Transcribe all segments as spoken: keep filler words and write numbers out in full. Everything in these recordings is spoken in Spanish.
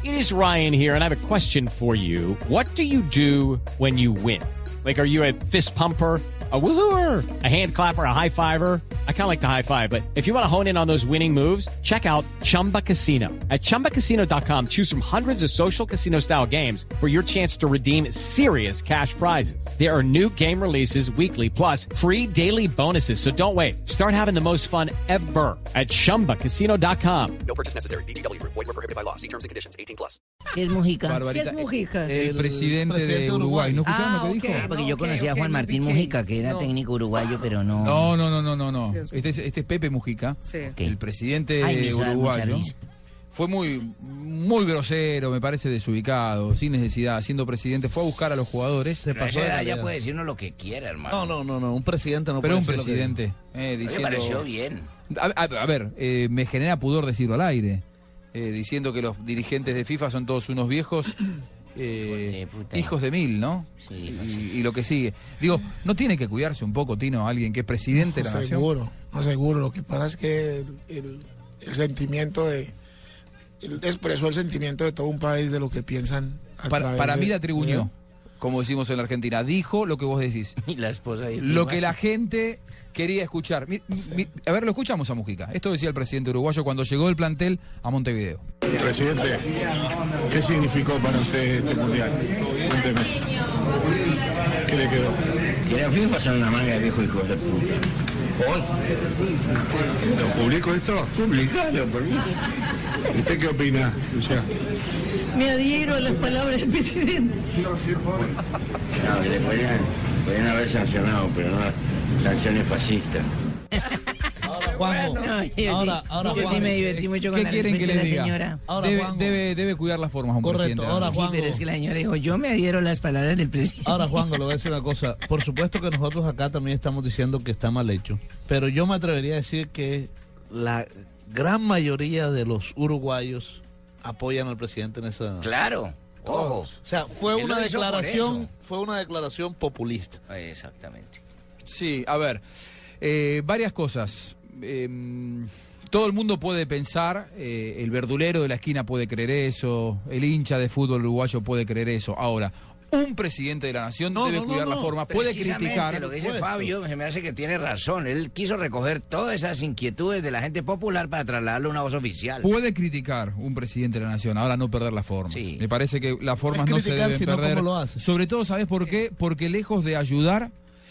It is Ryan here, and I have a question for you. What do you do when you win? Like, are you a fist pumper, a woohooer, a hand clapper, a high fiver? I kind of like the high five, but if you want to hone in on those winning moves, check out Chumba Casino. At chumba casino dot com, choose from hundreds of social casino style games for your chance to redeem serious cash prizes. There are new game releases weekly, plus free daily bonuses. So don't wait. Start having the most fun ever at chumba casino dot com. No purchase necessary. V G W Group. Void where prohibited by law. See terms and conditions. eighteen plus. ¿Qué es Mujica? Barbarita. ¿Qué es Mujica? El, El presidente, presidente de Uruguay. ¿No escucharon Ah, lo que ok. dijo? Porque yo ok, conocía ok, a Juan me Martín piqué. Mujica, que era No. técnico uruguayo, pero no... No, no, no, no, no, no. Sí, es- Este, es, este es Pepe Mujica, Sí. Ok. el presidente Ay, me hizo dar mucha uruguayo. risa. Fue muy, muy grosero, me parece desubicado, sin necesidad. Siendo presidente, fue a buscar a los jugadores. Se Pero a pasó esa de edad calidad. ya puede decir uno lo que quiera, hermano. No, no, no, no, un presidente no Pero un puede decir lo que- presidente, eh, Me diciendo... pareció bien. A, a- a ver, eh, me genera pudor decirlo al aire, eh, diciendo que los dirigentes de FIFA son todos unos viejos, eh, Hijos de puta. hijos de mil, ¿no? Sí, y, y lo que sigue. Digo, ¿no tiene que cuidarse un poco, Tino, alguien que es presidente de la nación? Seguro, no seguro. Lo que pasa es que el, el- el sentimiento de... Él expresó el sentimiento de todo un país de lo que piensan. a Para, través para de- mí la tribuñó, como decimos en la Argentina. Dijo lo que vos decís. Y la esposa dijo Lo igual. que la gente quería escuchar. Mi- mi- a ver, lo escuchamos a Mujica. Esto decía el presidente uruguayo cuando llegó el plantel a Montevideo. Presidente, ¿qué significó para usted este mundial? Cuénteme. ¿Qué le quedó? Que la FIFA son una manga de viejos hijos de puta. Hoy, ¿Lo publico esto? publicalo por mí. ¿Usted qué opina, Luciano? Me adhiero a las palabras del presidente. No, que le podrían, podrían haber sancionado, pero no sanciones fascistas. Juanjo, No, yo sí, ahora, ahora, yo sí Juanjo, me divertí mucho con ¿Qué la quieren que respuesta de les la diga? señora. Ahora, Debe, Juanjo. debe, debe cuidar las formas un Correcto, presidente. ahora, Sí, Juanjo. pero es que la señora dijo, yo me adhiero a las palabras del presidente. Ahora, Juanjo, le voy a decir una cosa. Por supuesto que nosotros acá también estamos diciendo que está mal hecho. Pero yo me atrevería a decir que la gran mayoría de los uruguayos apoyan al presidente en esa... Claro, ojo. O sea, fue Él una lo hizo por declaración, eso. fue una declaración populista. Exactamente. Sí, a ver, eh, varias cosas. Eh, todo el mundo puede pensar, eh, el verdulero de la esquina puede creer eso, el hincha de fútbol uruguayo puede creer eso. Ahora, un presidente de la nación No, debe no, no, cuidar la no. forma, puede Precisamente criticar. lo que dice Supuesto. Fabio se me hace que tiene razón. Él quiso recoger todas esas inquietudes de la gente popular para trasladarlo a una voz oficial. Puede criticar un presidente de la nación, ahora no perder la forma. Sí. Me parece que las formas No no es se criticar, deben sino perder. cómo lo hace. Sobre todo, ¿sabes por qué? Porque lejos de ayudar,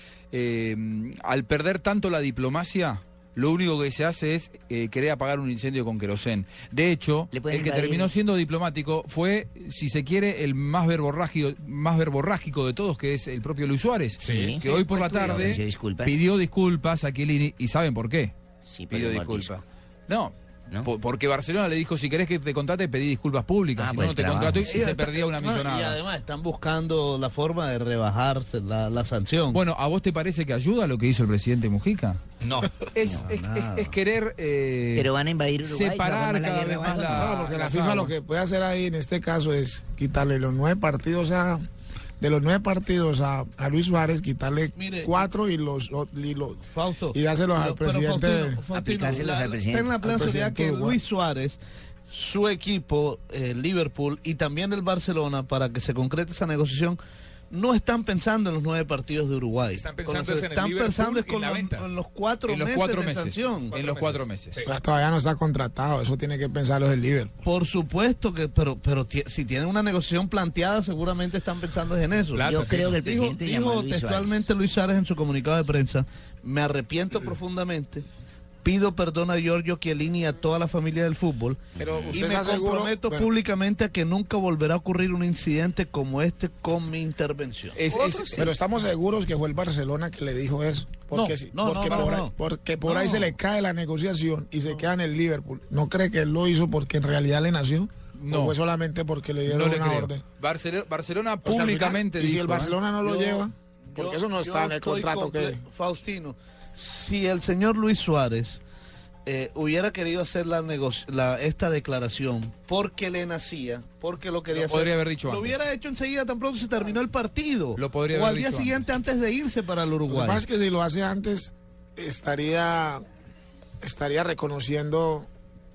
eh, al perder tanto la diplomacia, lo único que se hace es eh, querer apagar un incendio con querosén. De hecho, Le el pueden que invadir. terminó siendo diplomático fue, si se quiere, el más verborrágico, más verborrágico de todos, que es el propio Luis Suárez, Sí. que hoy por la Fue tuyo. tarde Ofreció disculpas. pidió disculpas a Chiellini, y ¿saben por qué? Sí, pero Pidió el disculpas. mordisco. No, ¿No? po- porque Barcelona le dijo, si querés que te contrate, pedí disculpas públicas, Ah, si por no, no el te trabajo. contrato, y Ellos se están- perdía una no, Y millonada. además están buscando la forma de rebajarse la, la sanción. Bueno, ¿a vos te parece que ayuda lo que hizo el presidente Mujica? No. Es, No, es, nada. es- es querer eh, Pero van a invadir Uruguay. separar se va a formar la cada guerra vez más o algo. la- No, porque la las FIFA lo aguas. que puede hacer ahí en este caso es quitarle los nueve partidos a... De los nueve partidos a, a Luis Suárez, quitarle Mire, cuatro y los, y los Fausto. y dárselos al Pero- pero presidente. Faustino, Faustino, Aplicárselos la- al presidente. Ten la plena Al seguridad presidente que de Uruguay. Luis Suárez, su equipo, el Liverpool y también el Barcelona, para que se concrete esa negociación, no están pensando en los nueve partidos de Uruguay. Están pensando Con los- es en el están Liverpool pensando es y con la los, venta. en los cuatro en los meses cuatro de meses. sanción. En los cuatro meses. Sí. Pues todavía no está contratado, eso tiene que pensarlo el Liverpool. Por supuesto que, pero, pero ti- si tienen una negociación planteada, seguramente están pensando en eso. Plata, Yo creo que el Dijo, presidente llamó a dijo Luis textualmente Suárez. Luis Suárez en su comunicado de prensa: me arrepiento profundamente, pido perdón a Giorgio Chiellini y a toda la familia del fútbol, Pero y usted me está seguro, comprometo bueno, públicamente a que nunca volverá a ocurrir un incidente como este con mi intervención. Es- es- pero estamos seguros que fue el Barcelona que le dijo eso. Porque, No, si- no, porque, no, no, por, ahí, no. porque por ahí No. se le cae la negociación y se queda en el Liverpool. ¿No cree que él lo hizo porque en realidad le nació? No. ¿O fue solamente porque le dieron no le una creo. orden? Barcelona, Barcelona Porque al final- públicamente y si dijo, el ¿eh? Barcelona no lo Yo- lleva, porque yo- eso no yo está en el estoy contrato que... comple- Faustino, si el señor Luis Suárez eh, hubiera querido hacer la, negoci- la esta declaración porque le nacía, porque lo quería Lo hacer, podría haber dicho lo antes. hubiera hecho enseguida tan pronto se terminó el partido. Lo podría o haber al día dicho siguiente antes. de irse para el Lo que Uruguay. pasa es que si lo hace antes, estaría, estaría reconociendo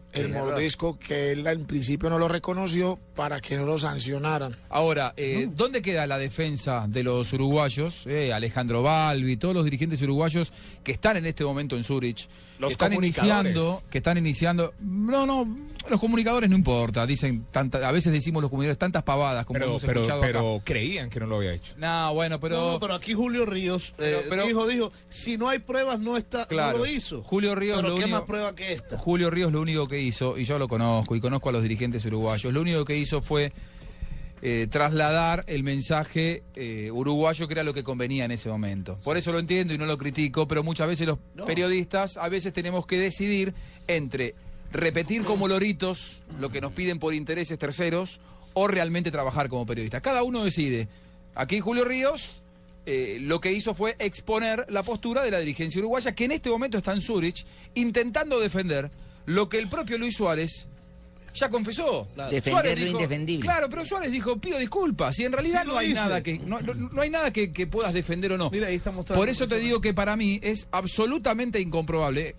el Sí, mordisco que él en principio no lo reconoció para que no lo sancionaran. Ahora, eh, ¿dónde queda la defensa de los uruguayos? Eh, Alejandro Balbi, todos los dirigentes uruguayos que están en este momento en Zurich, Los que están comunicadores. iniciando, que están iniciando. No, no, los comunicadores no importa. Dicen tanta, a veces decimos los comunicadores tantas pavadas como Pero, hemos pero, escuchado pero acá. creían que no lo había hecho. No, bueno, pero. No, no, pero aquí Julio Ríos eh, Pero- pero- dijo, dijo, si no hay pruebas no está, Claro. no lo hizo. Julio Ríos Pero lo qué único- más prueba que esta. Julio Ríos lo único que hizo, y yo lo conozco, y conozco a los dirigentes uruguayos, lo único que hizo fue eh, trasladar el mensaje eh, uruguayo que era lo que convenía en ese momento. Por eso lo entiendo y no lo critico, pero muchas veces los No. periodistas, a veces tenemos que decidir entre repetir como loritos lo que nos piden por intereses terceros o realmente trabajar como periodistas. Cada uno decide. Aquí Julio Ríos eh, lo que hizo fue exponer la postura de la dirigencia uruguaya, que en este momento está en Zurich, intentando defender lo que el propio Luis Suárez ya confesó. Defender Suárez lo dijo- indefendible. Claro, pero Suárez dijo, pido disculpas. Y en realidad Sí no lo hay dice. nada que no, no- no hay nada que, que puedas defender o no. Mira, ahí está mostrando Por eso te personas. digo que para mí es absolutamente incomprobable.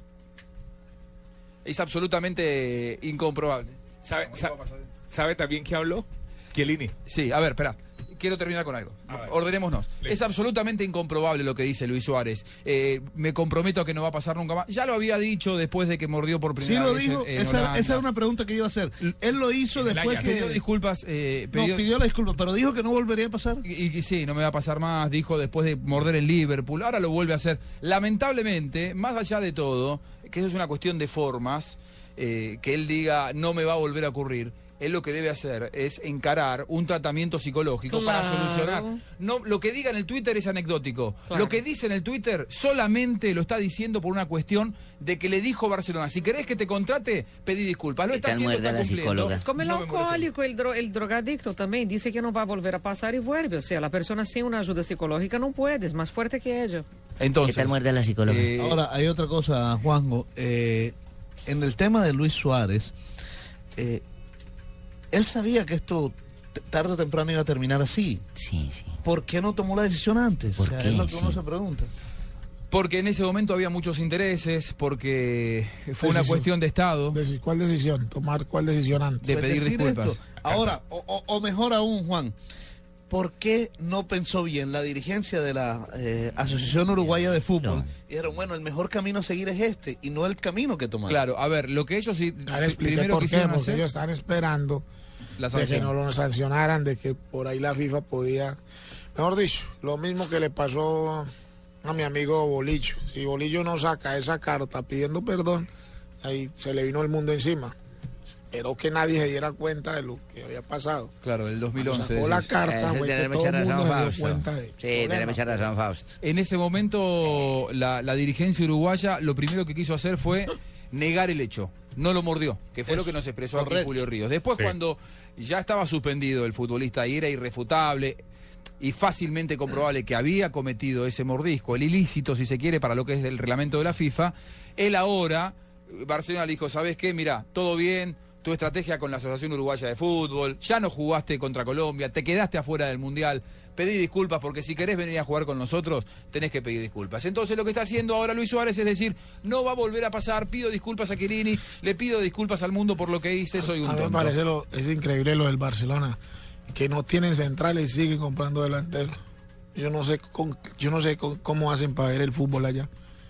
Es absolutamente incomprobable. ¿Sabe, sa- ¿Sabe también que habló? Chiellini. Sí, a ver, espera. Quiero terminar con algo. A ver. Ordenémonos. Listo. Es absolutamente incomprobable lo que dice Luis Suárez. Eh, me comprometo a que no va a pasar nunca más. Ya lo había dicho después de que mordió por Sí primera lo vez dijo, en, en esa, Holanda. esa es una pregunta que iba a hacer. Él lo hizo En el después Ajax. que... Pidió disculpas. Eh, No, pidió- pidió la disculpa, pero dijo que no volvería a pasar. Y, y sí, no me va a pasar más, dijo después de morder en Liverpool, ahora lo vuelve a hacer. Lamentablemente, más allá de todo, que eso es una cuestión de formas, eh, que él diga no me va a volver a ocurrir, él lo que debe hacer es encarar un tratamiento psicológico para Claro. solucionar. No, lo que diga en el Twitter es anecdótico. Claro. Lo que dice en el Twitter solamente lo está diciendo por una cuestión de que le dijo Barcelona, si querés que te contrate, pedí disculpas. Lo ¿Qué está tal haciendo, muerde está la cumpliendo. psicóloga? Es como el No me molesta. alcohólico, el, dro- el drogadicto también. Dice que no va a volver a pasar y vuelve. O sea, la persona sin una ayuda psicológica no puede, es más fuerte que ella. Entonces, ¿Qué tal muerde la psicóloga? eh, Ahora, hay otra cosa, Juanjo. Eh, en el tema de Luis Suárez, eh, él sabía que esto t- tarde o temprano iba a terminar así. Sí, sí. ¿Por qué no tomó la decisión antes? ¿Por O sea, qué? es lo que uno Sí. se pregunta. Porque en ese momento había muchos intereses, porque fue una Decisión. cuestión de Estado. Deci- ¿Cuál decisión? ¿Tomar cuál decisión antes? De Pues pedir decir disculpas. esto. Ahora, o, o- o mejor aún, Juan, ¿por qué no pensó bien la dirigencia de la eh, Asociación Uruguaya de Fútbol? No. Y dijeron, bueno, el mejor camino a seguir es este y no el camino que tomar. Claro, a ver, lo que ellos sí Ya le expliqué primero por qué, quisieron porque hacer, ellos están esperando la de que sanción. no lo sancionaran, de que por ahí la FIFA podía, mejor dicho, lo mismo que le pasó a mi amigo Bolillo. Si Bolillo no saca esa carta pidiendo perdón, ahí se le vino el mundo encima. Esperó que nadie se diera cuenta de lo que había pasado. Claro, el dos mil Cuando once. sacó la decís. carta, Ese fue que tener todo mucha el mundo razón, se dio Fausto. cuenta de Sí, tener problema. mucha razón, Fausto. En ese momento, la, la dirigencia uruguaya lo primero que quiso hacer fue negar el hecho. No lo mordió, que fue lo que nos expresó aquí correcto. Julio Ríos. Después, Sí. cuando ya estaba suspendido el futbolista y era irrefutable y fácilmente comprobable que había cometido ese mordisco, el ilícito, si se quiere, para lo que es el reglamento de la FIFA, él ahora, Barcelona le dijo, ¿sabes qué? Mirá, todo bien, tu estrategia con la Asociación Uruguaya de Fútbol, ya no jugaste contra Colombia, te quedaste afuera del Mundial, pedí disculpas porque si querés venir a jugar con nosotros, tenés que pedir disculpas. Entonces lo que está haciendo ahora Luis Suárez es decir, no va a volver a pasar, pido disculpas a Chiellini, le pido disculpas al mundo por lo que hice, soy un A mí me tonto. parece lo, es increíble lo del Barcelona, que no tienen centrales y siguen comprando delanteros. Yo no sé con- yo no sé con- cómo hacen para ver el fútbol allá.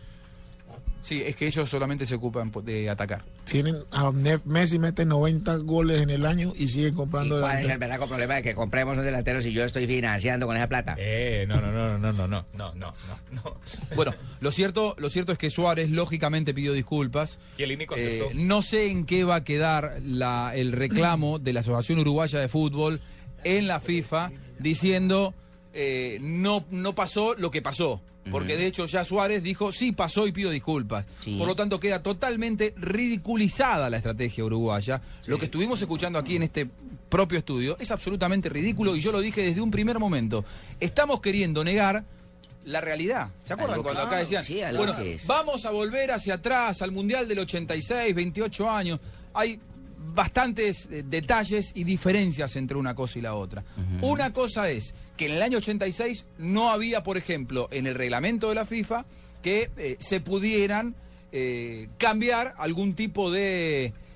Sí, es que ellos solamente se ocupan po- de atacar. Tienen a Ne- Messi mete noventa goles en el año y siguen ¿Y comprando cuál es el delanteros. verdadero problema de que compremos un delantero si yo estoy financiando con esa plata? Eh, no, no, no, no, no, no, no, no, no, no. Bueno, lo cierto, lo cierto es que Suárez lógicamente pidió disculpas. Chiellini contestó. Eh, no sé en qué va a quedar la, el reclamo de la Asociación Uruguaya de Fútbol en la FIFA diciendo eh, no, no pasó lo que pasó. Porque de hecho ya Suárez dijo, sí pasó y pido disculpas. Sí. Por lo tanto queda totalmente ridiculizada la estrategia uruguaya. Lo que estuvimos escuchando aquí en este propio estudio es absolutamente ridículo y yo lo dije desde un primer momento. Estamos queriendo negar la realidad. ¿Se acuerdan Algo cuando acá claro, decían, sí, algo bueno, que es. vamos a volver hacia atrás al Mundial del ochenta y seis, veintiocho años? Hay bastantes eh, detalles y diferencias entre una cosa y la otra. Una cosa es que en el año ochenta y seis no había, por ejemplo, en el reglamento de la FIFA que eh, se pudieran eh, cambiar algún tipo de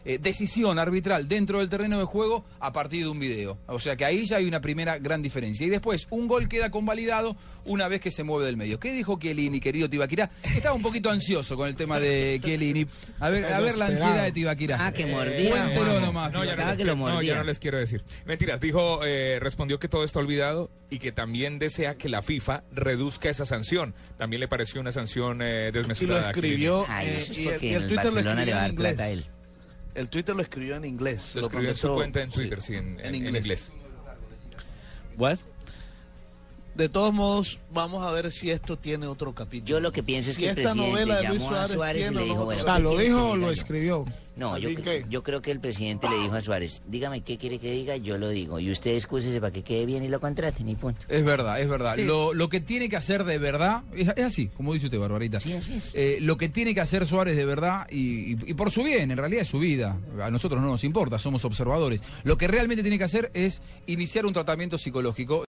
eh, decisión arbitral dentro del terreno de juego a partir de un video. O sea que ahí ya hay una primera gran diferencia. Y después, un gol queda convalidado una vez que se mueve del medio. ¿Qué dijo Chiellini, querido Tibaquirá? Estaba un poquito ansioso con el tema de Chiellini. A ver, a ver la ansiedad de Tibaquirá. Ah, que mordía. Cuéntelo nomás. No, ya no, les que lo quiero, no, ya mordía. no les quiero decir. Mentiras, dijo, eh, respondió que todo está olvidado y que también desea que la FIFA reduzca esa sanción. También le pareció una sanción eh, Y lo desmesurada. a escribió, Ay, eh, eso es y, el- porque y el el Twitter lo Barcelona le va a escribió dar en plata a inglés. él. El Twitter lo escribió en inglés. Lo escribió en su contestó- cuenta en sí, Twitter, sí, en, en- en inglés. inglés. Bueno, de todos modos, vamos a ver si esto tiene otro capítulo. Yo lo que pienso es Si que el esta presidente novela de Luis llamó a Suárez Suárez y tiene le o dijo, no- bueno, O sea, ¿qué ¿lo quiere dijo que o diga lo yo? escribió? No, ¿Al yo, fin qué? yo creo que el presidente le dijo a Suárez, dígame qué quiere que diga, yo lo digo. Y usted excúsese para que quede bien y lo contraten y punto. Es verdad, es verdad. Sí. Lo, lo que tiene que hacer de verdad, es, es así, como dice usted, Barbarita. Sí, así es. Eh, lo que tiene que hacer Suárez de verdad, y, y- y por su bien, en realidad es su vida. A nosotros no nos importa, somos observadores. Lo que realmente tiene que hacer es iniciar un tratamiento psicológico.